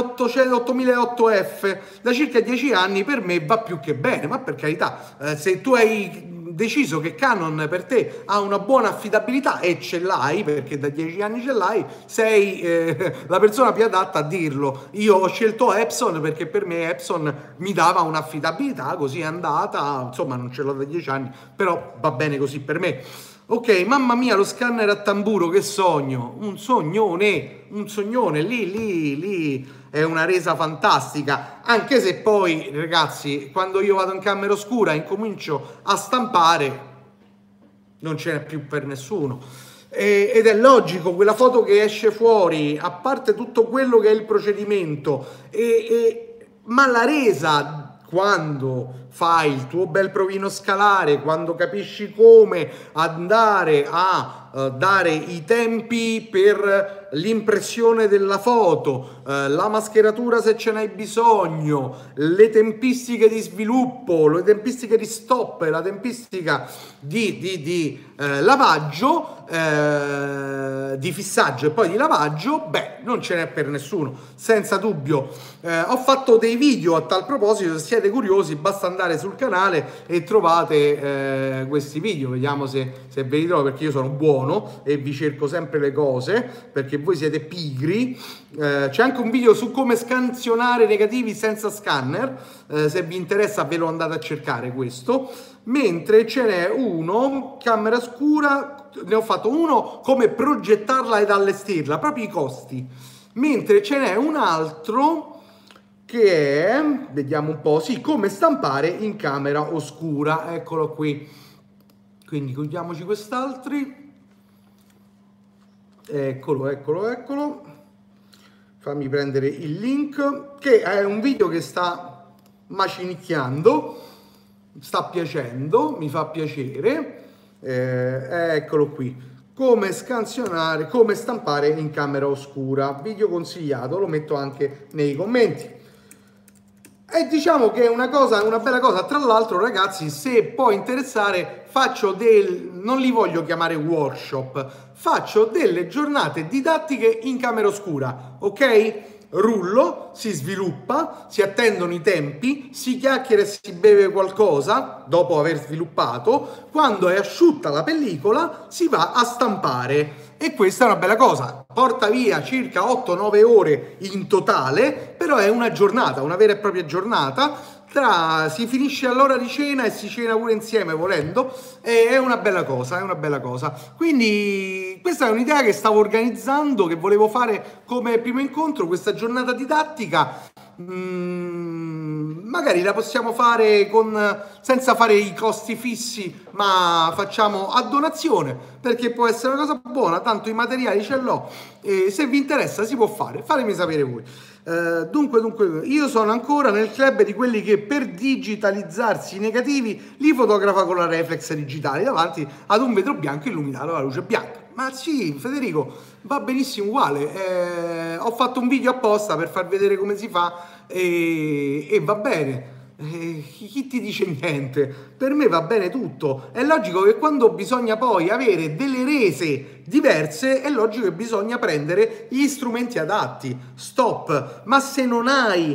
8008F da circa 10 anni, per me va più che bene, ma per carità, se tu hai deciso che Canon per te ha una buona affidabilità e ce l'hai, perché da 10 anni ce l'hai, sei la persona più adatta a dirlo. Io ho scelto Epson perché per me Epson mi dava un'affidabilità, così è andata, insomma non ce l'ho da 10 anni, però va bene così per me. Ok, mamma mia, lo scanner a tamburo, che sogno, un sognone, lì è una resa fantastica, anche se poi, ragazzi, quando io vado in camera oscura e incomincio a stampare, non ce n'è più per nessuno. Ed è logico, quella foto che esce fuori, a parte tutto quello che è il procedimento, ma la resa, quando fai il tuo bel provino scalare, quando capisci come andare a dare i tempi per l'impressione della foto, la mascheratura se ce n'hai bisogno, le tempistiche di sviluppo, le tempistiche di stop, la tempistica di lavaggio, di fissaggio e poi di lavaggio, beh, non ce n'è per nessuno, senza dubbio. Ho fatto dei video a tal proposito, se siete curiosi basta andare sul canale e trovate questi video, vediamo se ve li trovo, perché io sono buono e vi cerco sempre le cose, perché voi siete pigri. C'è anche un video su come scansionare negativi senza scanner, se vi interessa ve lo andate a cercare questo. Mentre ce n'è uno, camera scura, ne ho fatto uno come progettarla ed allestirla, proprio i costi. Mentre ce n'è un altro che è, vediamo un po', sì, come stampare in camera oscura, eccolo qui. Quindi chiudiamoci quest'altri. Eccolo. Fammi prendere il link, che è un video che sta macinicchiando, sta piacendo, mi fa piacere. Eccolo qui, come scansionare, come stampare in camera oscura, video consigliato, lo metto anche nei commenti. E diciamo che è una bella cosa. Tra l'altro, ragazzi, se può interessare, non li voglio chiamare workshop, faccio delle giornate didattiche in camera oscura, ok? Rullo, si sviluppa, si attendono i tempi, si chiacchiera e si beve qualcosa dopo aver sviluppato. Quando è asciutta la pellicola si va a stampare, e questa è una bella cosa, porta via circa 8-9 ore in totale, però è una giornata, una vera e propria giornata. Si finisce all'ora di cena e si cena pure insieme volendo, e è una bella cosa, Quindi questa è un'idea che stavo organizzando, che volevo fare come primo incontro, questa giornata didattica. Magari la possiamo fare senza fare i costi fissi, ma facciamo a donazione, perché può essere una cosa buona, tanto i materiali ce l'ho, e se vi interessa si può fare, fatemi sapere voi. Dunque, io sono ancora nel club di quelli che per digitalizzarsi i negativi li fotografa con la reflex digitale davanti ad un vetro bianco illuminato dalla luce bianca. Ma sì, Federico, va benissimo uguale. Ho fatto un video apposta per far vedere come si fa, e va bene. Chi ti dice niente? Per me va bene tutto. È logico che quando bisogna poi avere delle rese diverse, è logico che bisogna prendere gli strumenti adatti. Stop. Ma se non hai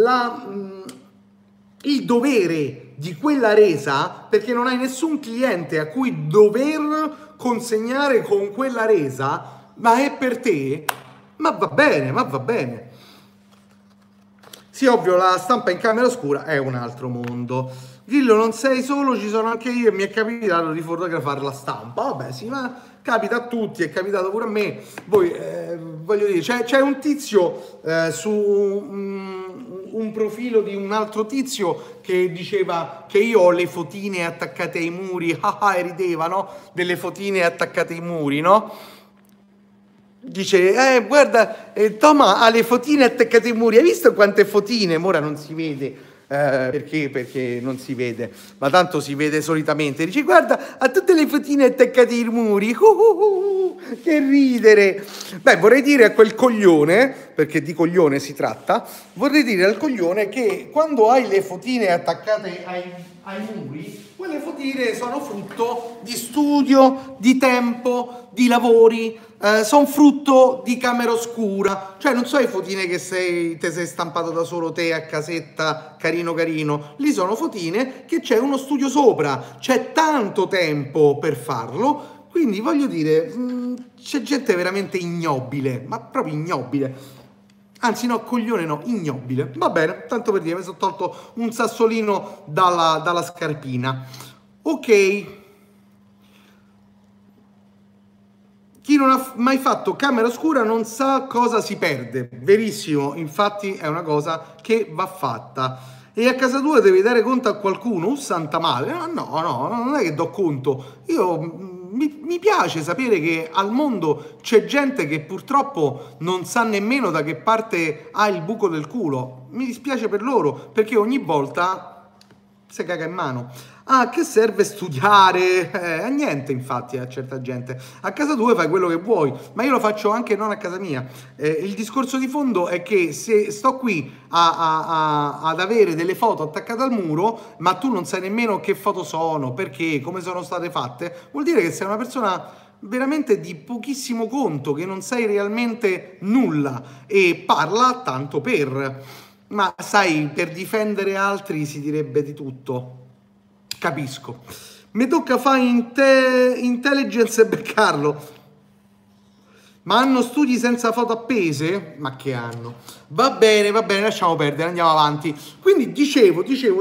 il dovere di quella resa, perché non hai nessun cliente a cui dover consegnare con quella resa, ma è per te, ma va bene. Sì, ovvio, la stampa in camera oscura è un altro mondo. Grillo, non sei solo, ci sono anche io e mi è capitato di fotografare la stampa. Vabbè, sì, ma capita a tutti, è capitato pure a me. Voi, voglio dire, c'è un tizio su un profilo di un altro tizio che diceva che io ho le fotine attaccate ai muri, e rideva, no? Delle fotine attaccate ai muri, no? Dice, guarda, Toma ha le fotine attaccate ai muri, hai visto quante fotine? Ora non si vede, perché non si vede, ma tanto si vede solitamente. Dice, guarda, ha tutte le fotine attaccate ai muri, che ridere. Beh, vorrei dire a quel coglione, perché di coglione si tratta, vorrei dire al coglione che quando hai le fotine attaccate ai muri, Quelle fotine sono frutto di studio, di tempo, di lavori, sono frutto di camera oscura. Cioè non so i fotine che te sei stampato da solo te a casetta, carino carino. Lì sono fotine che c'è uno studio sopra, c'è tanto tempo per farlo. Quindi voglio dire, c'è gente veramente ignobile, ma proprio ignobile. Anzi no, coglione no, ignobile. Va bene, tanto per dire, mi sono tolto un sassolino dalla scarpina. Ok. Chi non ha mai fatto camera oscura non sa cosa si perde. Verissimo, infatti è una cosa che va fatta. E a casa tua devi dare conto a qualcuno? Santa male. No, non è che do conto. Mi piace sapere che al mondo c'è gente che purtroppo non sa nemmeno da che parte ha il buco del culo. Mi dispiace per loro, perché ogni volta si caga in mano. Ah, che serve studiare? A niente, infatti, a certa gente. A casa tua fai quello che vuoi, ma io lo faccio anche non a casa mia. Il discorso di fondo è che se sto qui ad avere delle foto attaccate al muro, ma tu non sai nemmeno che foto sono, perché, come sono state fatte, vuol dire che sei una persona veramente di pochissimo conto, che non sai realmente nulla e parla tanto per. Ma sai, per difendere altri si direbbe di tutto. Capisco. Mi tocca fare intelligence e beccarlo. Ma hanno studi senza foto appese? Ma che hanno? Va bene, lasciamo perdere, andiamo avanti. Quindi dicevo,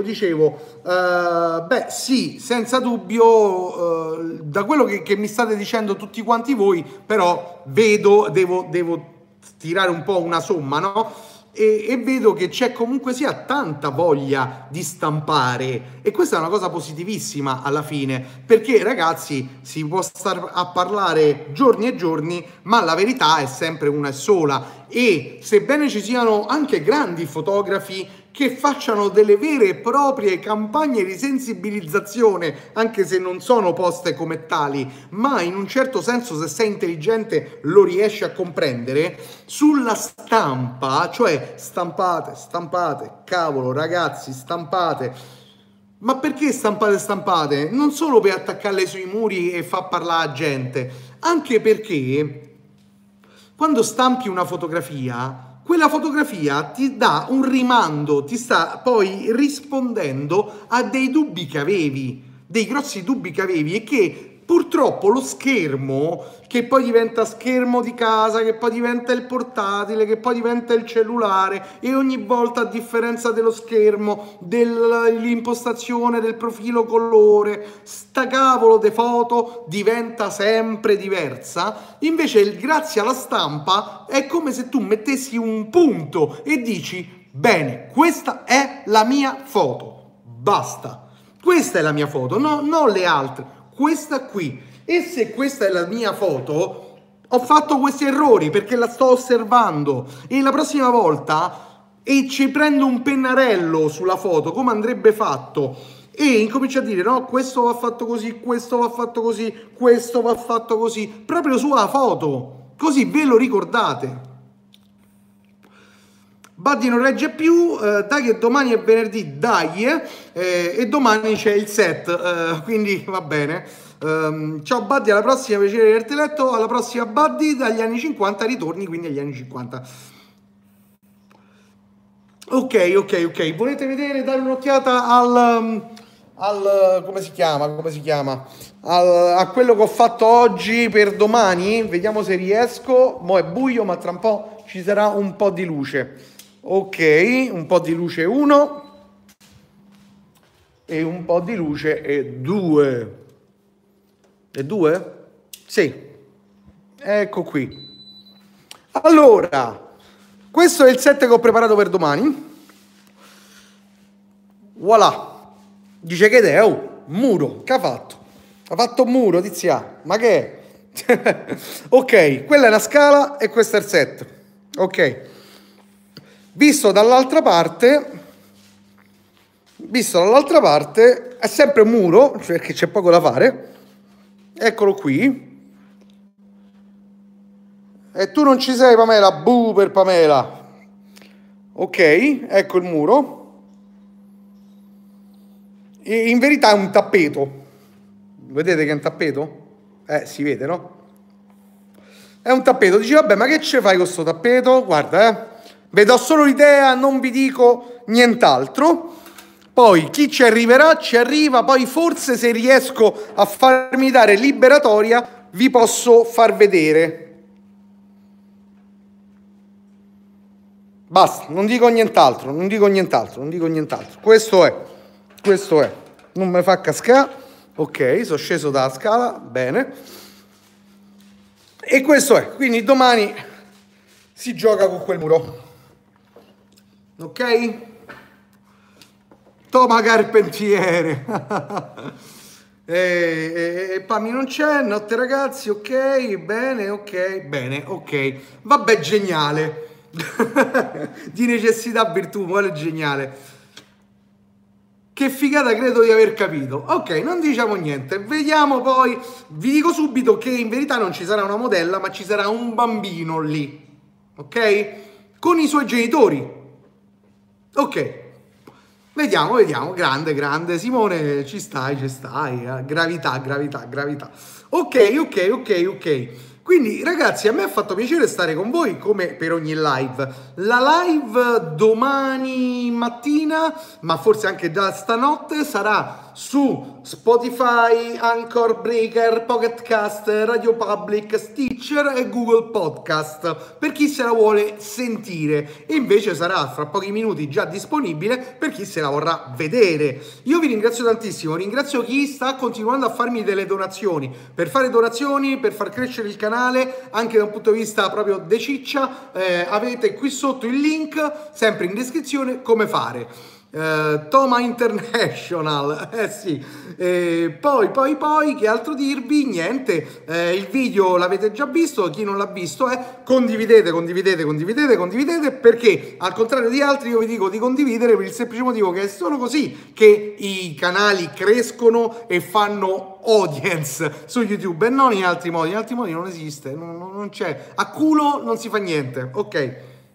beh sì, senza dubbio, da quello che mi state dicendo tutti quanti voi, però vedo, devo tirare un po' una somma, no? E vedo che c'è comunque sia tanta voglia di stampare e questa è una cosa positivissima alla fine, perché ragazzi si può stare a parlare giorni e giorni, ma la verità è sempre una e sola e sebbene ci siano anche grandi fotografi che facciano delle vere e proprie campagne di sensibilizzazione, anche se non sono poste come tali, ma in un certo senso se sei intelligente lo riesci a comprendere, sulla stampa, cioè stampate, cavolo ragazzi, stampate. Ma perché stampate? Non solo per attaccarle sui muri e far parlare la gente, anche perché quando stampi una fotografia, quella fotografia ti dà un rimando, ti sta poi rispondendo a dei dubbi che avevi, dei grossi dubbi che avevi e che purtroppo lo schermo, che poi diventa schermo di casa, che poi diventa il portatile, che poi diventa il cellulare e ogni volta a differenza dello schermo, dell'impostazione del profilo colore, sta cavolo de foto diventa sempre diversa. Invece grazie alla stampa è come se tu mettessi un punto e dici bene, questa è la mia foto, basta, questa è la mia foto, no, non le altre, questa qui. E se questa è la mia foto, ho fatto questi errori perché la sto osservando e la prossima volta ci prendo un pennarello sulla foto come andrebbe fatto e incomincio a dire no, questo va fatto così, questo va fatto così, questo va fatto così, proprio sulla foto, così ve lo ricordate. Buddy non regge più, dai che domani è venerdì, dai, e domani c'è il set, quindi va bene. Ciao Buddy, alla prossima, piacere di averti letto, alla prossima Buddy, dagli anni 50 ritorni quindi agli anni 50. Ok, volete vedere, dare un'occhiata come si chiama? A quello che ho fatto oggi per domani? Vediamo se riesco, mo' è buio ma tra un po' ci sarà un po' di luce. Ok, un po' di luce 1 e un po' di luce 2. E 2? Sì, ecco qui. Allora, questo è il set che ho preparato per domani. Voilà. Dice che è un muro, che ha fatto? Ha fatto un muro, Tizia, ma che è? Ok, quella è la scala e questo è il set. Ok. Visto dall'altra parte è sempre un muro, perché c'è poco da fare. Eccolo qui. E tu non ci sei, Pamela, buh per Pamela. Ok, ecco il muro. in verità è un tappeto. Vedete che è un tappeto? Si vede, no? È un tappeto. Dici, vabbè, ma che ce fai con sto tappeto? Guarda, vi do solo l'idea, non vi dico nient'altro. Poi chi ci arriverà, ci arriva. Poi forse se riesco a farmi dare liberatoria vi posso far vedere. Basta, non dico nient'altro, non dico nient'altro, non dico nient'altro. Questo è. Non mi fa cascare. Ok, sono sceso dalla scala, bene. E questo è, quindi domani si gioca con quel muro. Ok? Toma Carpentiere. Pami non c'è, notte ragazzi, ok, bene, ok. Vabbè, geniale. Di necessità virtù, quale geniale. Che figata, credo di aver capito. Ok, non diciamo niente. Vediamo poi. Vi dico subito che in verità non ci sarà una modella, ma ci sarà un bambino lì. Ok? Con i suoi genitori. Ok. Vediamo. Grande. Simone, ci stai. Gravità. Ok. Quindi ragazzi, a me ha fatto piacere stare con voi come per ogni live. La live domani mattina, ma forse anche già stanotte, sarà su Spotify, Anchor, Breaker, Pocket Cast, Radio Public, Stitcher e Google Podcast per chi se la vuole sentire, e invece sarà fra pochi minuti già disponibile per chi se la vorrà vedere. Io vi ringrazio tantissimo, ringrazio chi sta continuando a farmi delle donazioni. Per fare donazioni, per far crescere il canale, anche da un punto di vista proprio de ciccia, avete qui sotto il link, sempre in descrizione, come fare. Toma International, sì. Poi che altro dirvi? Niente, il video l'avete già visto, chi non l'ha visto condividete, perché al contrario di altri io vi dico di condividere per il semplice motivo che è solo così che i canali crescono e fanno audience su YouTube, e non in altri modi. Non esiste, non c'è, a culo non si fa niente, ok?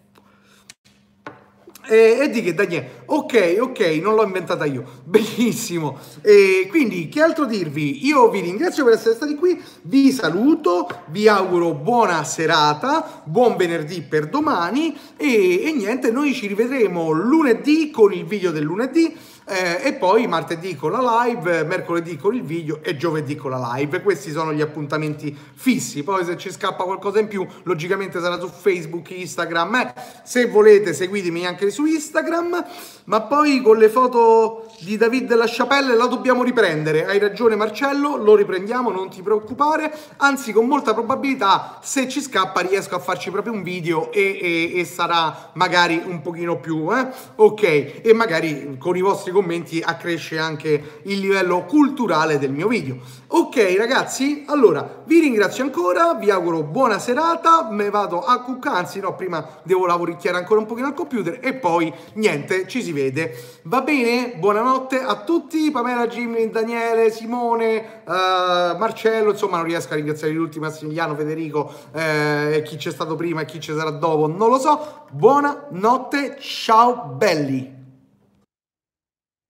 E di che Daniele? Ok, non l'ho inventata io. Benissimo. Quindi, che altro dirvi? Io vi ringrazio per essere stati qui, vi saluto, vi auguro buona serata, buon venerdì per domani e niente, noi ci rivedremo lunedì con il video del lunedì. E poi martedì con la live, mercoledì con il video e giovedì con la live. Questi sono gli appuntamenti fissi. Poi se ci scappa qualcosa in più, logicamente sarà su Facebook, Instagram. Se volete seguitemi anche su Instagram. Ma poi con le foto di David LaChapelle la dobbiamo riprendere. Hai ragione Marcello, lo riprendiamo, non ti preoccupare. Anzi, con molta probabilità, se ci scappa riesco a farci proprio un video e sarà magari un pochino più ok, e magari con i vostri commenti accresce anche il livello culturale del mio video. Ok ragazzi, allora vi ringrazio ancora, vi auguro buona serata, me vado a cuccare, anzi no, prima devo lavoricchiare ancora un pochino al computer e poi niente, ci si vede. Va bene? Buonanotte a tutti, Pamela, Jimmy, Daniele, Simone, Marcello, insomma non riesco a ringraziare l'ultimo, Massimiliano, Federico, e chi c'è stato prima e chi ci sarà dopo, non lo so. Buonanotte, ciao belli!